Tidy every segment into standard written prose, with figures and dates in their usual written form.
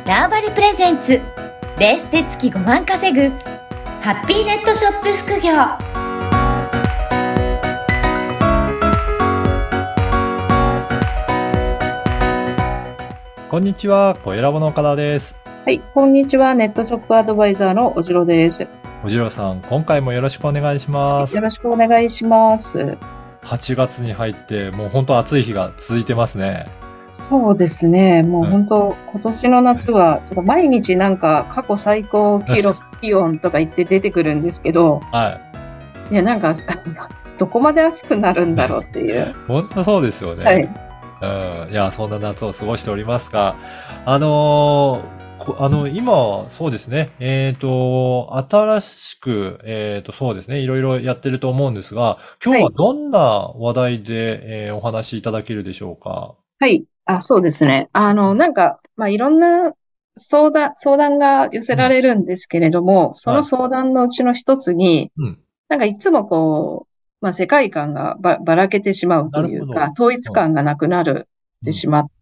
ターバリプレゼンツベースで月5万稼ぐハッピーネットショップ副業。 こんにちは、小ラボの岡田です。 はい、こんにちは。ネットショップアドバイザーのおじろです。 おじろさん、今回もよろしくお願いします。 よろしくお願いします。 8月に入って、もう本当暑い日が続いてますね。 そうですね。もう本当、今年の夏は、ちょっと毎日なんか過去最高気温とか言って出てくるんですけど、 はい。 いや、なんか、どこまで暑くなるんだろうっていう。 本当そうですよね。 はい。 いや、そんな夏を過ごしておりますが、今、そうですね。新しく、そうですね。いろいろやってると思うんですが、今日はどんな話題で、お話しいただけるでしょうか。 はい。そうですね。なんか、いろんな相談が寄せられるんですけれども、その相談のうちの一つに、なんかいつもこう、世界観がばらけてしまうというか、統一感がなくなってしまって、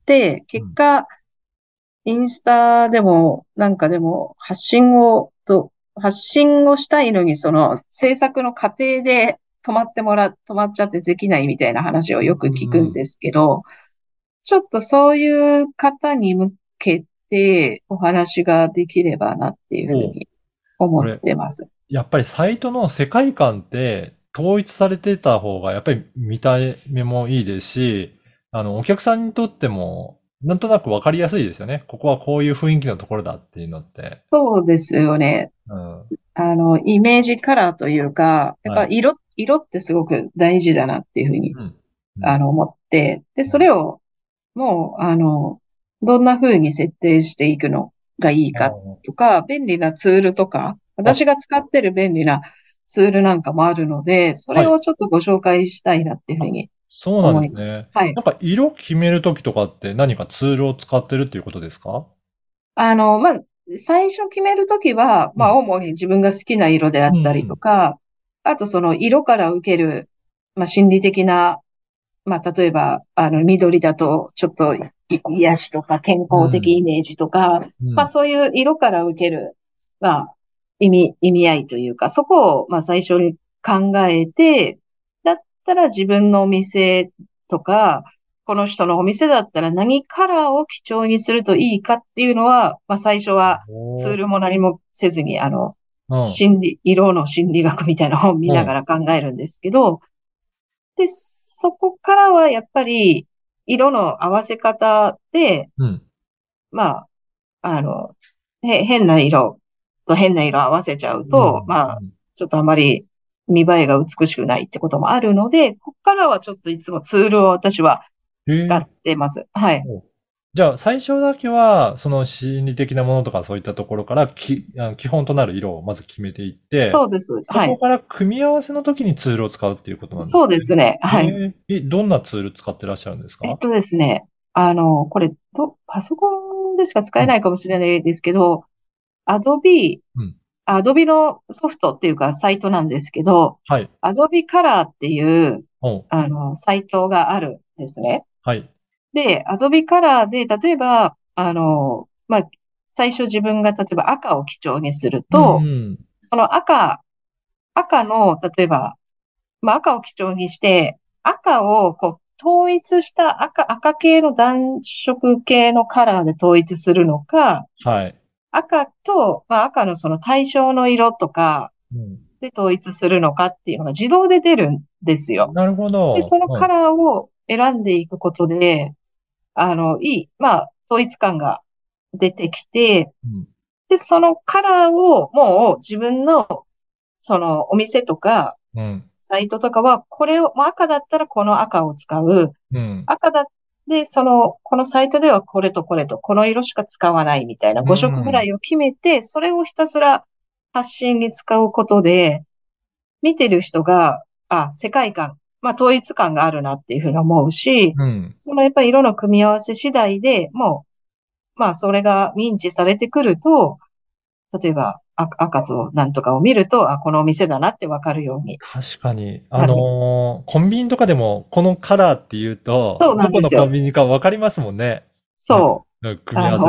結果、インスタでもなんかでも発信をしたいのに、その制作の過程で止まっちゃってできないみたいな話をよく聞くんですけど、ちょっとそういう方に向けてお話ができればなっていうふうに思ってます。 やっぱりサイトの世界観って統一されてた方がやっぱり見た目もいいですし、お客さんにとってもなんとなくわかりやすいですよね。ここはこういう雰囲気のところだっていうのって。 そうですよね。 うん。 イメージカラーというか、やっぱ色ってすごく大事だなっていうふうに、思って、で、それをもう、どんな風に設定していくのがいいかとか、便利なツールとか、私が使ってる便利なツールなんかもあるので、それをちょっとご紹介したいなっていうふうにそうなん思います。 ですね。 はい。 なんか色決めるときとかって何かツールを使ってるっていうことですか？ 最初決めるときは、主に自分が好きな色であったりとか、あとその色から受ける、心理的な、例えば、緑だと、ちょっと癒しとか健康的イメージとか、そういう色から受ける、意味合いというか、そこを、最初に考えて、だったら自分のお店とか、この人のお店だったら何カラーを基調にするといいかっていうのは、最初はツールも何もせずに、色の心理学みたいな本を見ながら考えるんですけど、で、そこからはやっぱり、色の合わせ方で、まあ、あの、変な色と変な色合わせちゃうと、ちょっとあまり見栄えが美しくないってこともあるので、ここからはちょっといつもツールを私は使ってます。はい。 じゃあ、最初だけは、その心理的なものとかそういったところから基本となる色をまず決めていって、 そうです。はい。 そこから組み合わせの時にツールを使うっていうことなんですそうですね。はい。 ね。どんなツール使ってらっしゃるんですか？ ですね。これ、パソコンでしか使えないかもしれないですけど、アドビアドビのソフトっていうかサイトなんですけど、 はい。 アドビカラーっていう、サイトがあるんですね。 はい。 で、アドビカラーで、例えば、最初自分が例えば赤を基調にすると、その赤の、例えば、赤を基調にして、赤をこう統一した赤系の暖色系のカラーで統一するのか、 はい。 赤と、赤のその対象の色とかで統一するのかっていうのが自動で出るんですよ。 なるほで、 ど。 そのカラーを選んでいくことで、統一感が出てきて、で、そのカラーをもう自分の、そのお店とか、サイトとかは、これを、赤だったらこの赤を使う。赤だで、このサイトではこれとこれと、この色しか使わないみたいな5色ぐらいを決めて、それをひたすら発信に使うことで、見てる人が、世界観、統一感があるなっていうふうに思うし、そのやっぱり色の組み合わせ次第でもう、それが認知されてくると、例えば赤となんとかを見ると、このお店だなってわかるように確かに。 なる。 コンビニとかでも、このカラーって言うと、 そうなどこのコンんですよ。 ビニかわかりますもんね。 そう。 組み合わせで。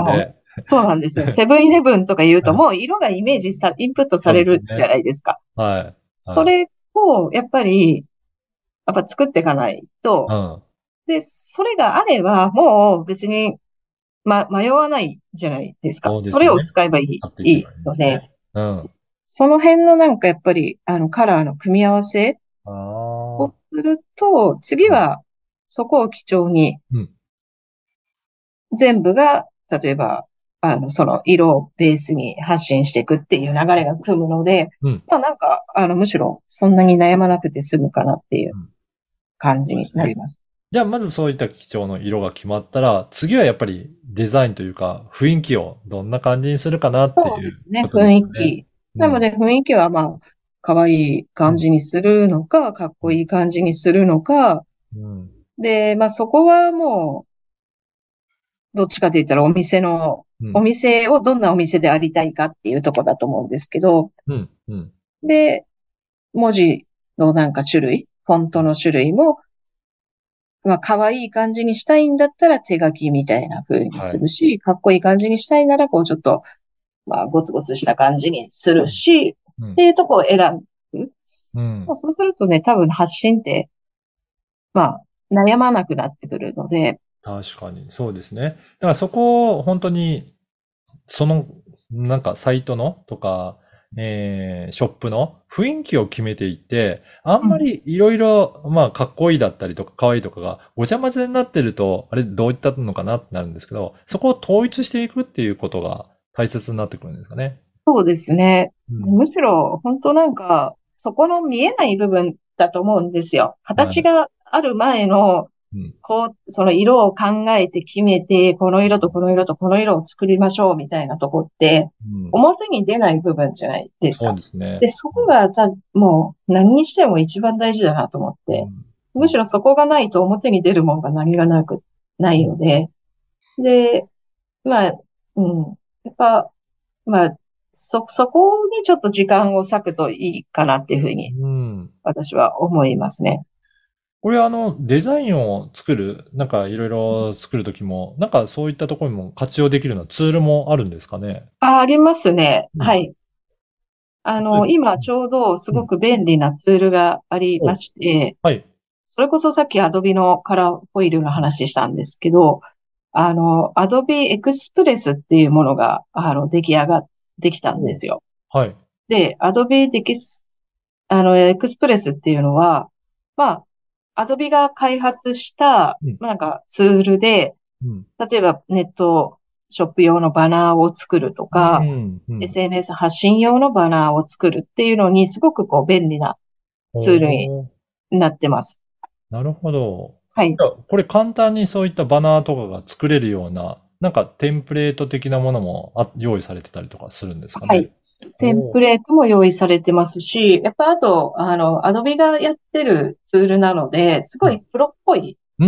そうなんですよ。セブンイレブンとか言うともう色がイメージさ、インプットさそうれですね。 るじゃないですか。 はい。はい。 それを、やっぱ作っていかないと、 うん。 で、それがあれば、もう別に、迷わないじゃないですか。 そうですね。 それを使えばいい買っていけばいいんでので、 すね。うん。 その辺のなんかやっぱり、カラーの組み合わせあをあ。 すると、次うん。 は、そこを基調に、 うん。 全部が、例えば、その色をベースに発信していくっていう流れが組むので、 うん。 まあなんか、むしろそんなに悩まなくて済むかなっていううん。 感じにそうですね。 なります。 じゃあ、まずそういった基調の色が決まったら、次はやっぱりデザインというか、雰囲気をどんな感じにするかなってそういうですね、 ことで雰すかね。 囲気。 うん。 なので雰囲気は可愛いうん。 感じにするのか、かっうん。 こいい感じにするのか、 うん。 で、そこはもう、どっちかと言ったらおうん。 店をどんなお店でありたいかっていうところだと思うんですけど、 うん。うん。 で、文字のなんか種類、フォントの種類も、可愛い感じにしたいんだったら手書きみたいな風にはい。 するし、かっこいい感じにしたいなら、こうちょっと、ゴツゴツした感じにするうん。 し、 うん。 っていうところを選ぶ。 うん。 そうするとね、多分発信って、ま悩まなくなってくるので、 確かに、そうですね。だからそこを本当に、その、なんかサイトのとか、ショップの雰囲気を決めていって、あんうん、 まりいろいろ、まあ、かっこいいだったりとか、可愛いとかがごちゃ混ぜになってると、あれ、どういったのかなってなるんですけど、そこを統一していくっていうことが大切になってくるんですかね。 そうですね。 うん。 むしろ、本当なんか、そこの見えない部分だと思うんですよ。 はい。 形がある前の、 うん。 その色を考えて決めて、この色とこの色とこの色を作りましょうみたいなとこって、 うん。 表に出ない部分じゃないですそうか。 ですね。 で、そこがもう何にしても一番大事だなと思って、 うん。うん。 むしろそこがないと表に出るものが何がないうん。 ので、で、まあ、うん。やっぱ、まあ、そこにちょっと時間を割くといいかなっていうふうにうん。 私は思いますね。 これデザインを作る、なんかいろいろ作るときも、なんかそういったところにも活用できるようなツールもあるんですかね。 ありますね。 うん。 はい。 例えば。 今ちょうどすうん。うん。 ごく便利なツールがありまお、 して、 はい。 それこそさっき Adobe のカラーホイールの話したんですけど、Adobe Express っていうものが、できたんでお、 すよ。 はい。 で、Adobe できつ、エクスプレスっていうのは、アドビが開発した、 うん。 なんかツールで、 うん。 例えばネットショップ用のバナーを作るとうか、 ん。うん。 SNS 発信用のバナーを作るっていうのにすごくこう便利なツールにおー、 なってます。 なるほど。 はい。 じゃあ、これ簡単にそういったバナーとかが作れるような、なんかテンプレート的なものも用意されてたりとかするんですかね。 はい。テンおー、 プレートも用意されてますし、やっぱあと、アドビがやってるツールなので、すごうん。 いプロっぽい。 うん。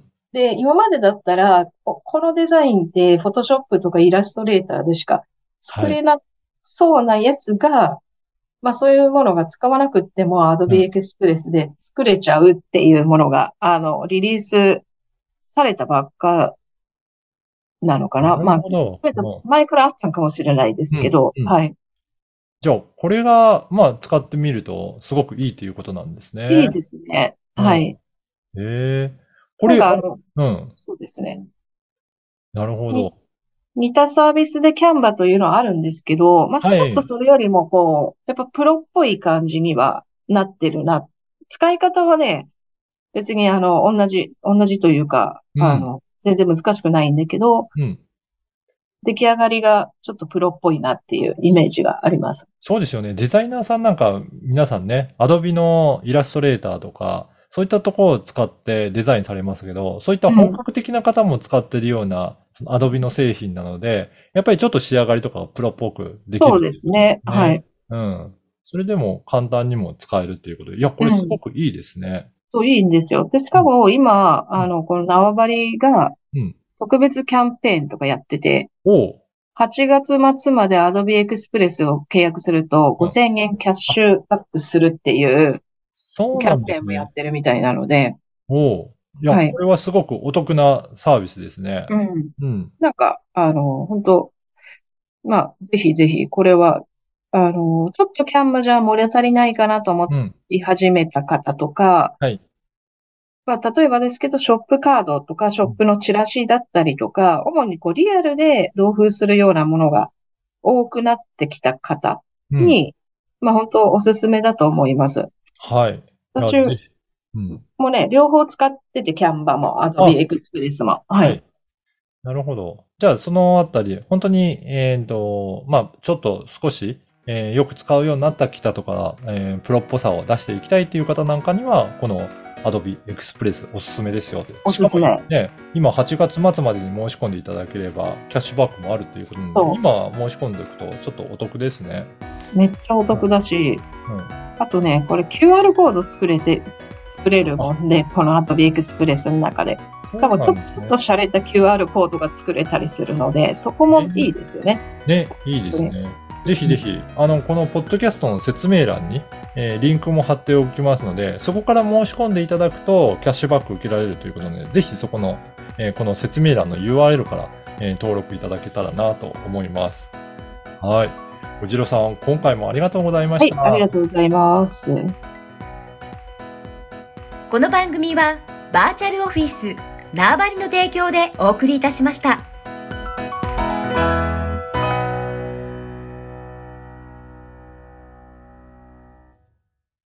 で、今までだったら、このデザインってフォトショップとかイラストレーターでしか作はい。 れなそうなやつが、そういうものが使わなくってもう Adobe ん。 Express で作れちゃうっていうものが、リリースされたばっかなのかな。 なるほど。 前からあったのかもしれないですうん。 けど、 うん。 はい。 じゃあ、これが、まあ、使ってみると、すごくいいということなんですね。 いいですね。 うん。 はい。 ええ。これ、 なんかうん。 そうですね。 なるほに、 ど。 似たサービスでキャンバというのはあるんですけど、ちょっとはい。 それよりもやっぱプロっぽい感じにはなってるな。使い方はね、別に同じというか、 うん。 全然難しくないんだけど、 うん。 出来上がりがちょっとプロっぽいなっていうイメージがあります。 そうですよね。デザイナーさんなんか、皆さんね、アドビのイラストレーターとか、そういったところを使ってデザインされますけど、そういったうん。 本格的な方も使っているような、そのアドビの製品なので、やっぱりちょっと仕上がりとかがプロっぽくできそうるっていうことでですね。 すね。 はい。 うん。それでも簡単にも使えるっていうことで、いや、これすごうん。 くいいですね。 そう、いいんですよ。で、しうん。 かも今、 うん。 この縄張りがうん。 特別キャンペーンとかやってて、 おう。 8月末まで Adobe Express を契約するとうん。 5000円キャッシュバックするっていうそうなキャンんですね。 ペーンもやってるみたいなので、 おう。 いや、 はい。 これはすごくお得なサービスですね。 うん。 うん。 なんか、本当まあ、ぜひぜひ、これは、ちょっとキャンバじゃ物足りないかなと思うん。 い始めた方とか、 はい。 まあ、例えばですけど、ショップカードとか、ショッうん。 プのチラシだったりとか、主にこう、リアルで同封するようなものが多くなってきた方うん。 に、まあ、本当おすすめだと思います。 はい。いや、ぜ私ひ。うん。 もね、両方使ってて、キャンバも、アドビあ、 エクスプレスも。はい。 はい。なるほど。じゃあ、そのあたり、本当に、まあ、ちょっと少し、よく使うようになったきたとか、プロっぽさを出していきたいという方なんかには、この Adobe Express おすすめですよ。しかもおすすめ。 ね、今8月末までに申し込んでいただければ、キャッシュバックもあるということなので、 そ今申し込んでおくとちょっとお得ですね。 う。めっちゃお得だし、 うん。うん。 あとね、これ QR コード作れるあ、 もんで、このアドビエクスプレスの中で。 そう多分ちょっなんですね。 と洒落た QR コードが作れたりするので、そこもいいですよね。 ね、いいですね。 ね。ぜひうん。 ぜひ、このポッドキャストの説明欄に、リンクも貼っておきますので、そこから申し込んでいただくと、キャッシュバック受けられるということなので、ぜひそこの、この説明欄の URL から、登録いただけたらなと思います。はい。おじろさん、今回もありがとうございまはい、ありした。 がとうございます。 この番組はバーチャルオフィス縄張りの提供でお送りいたしました。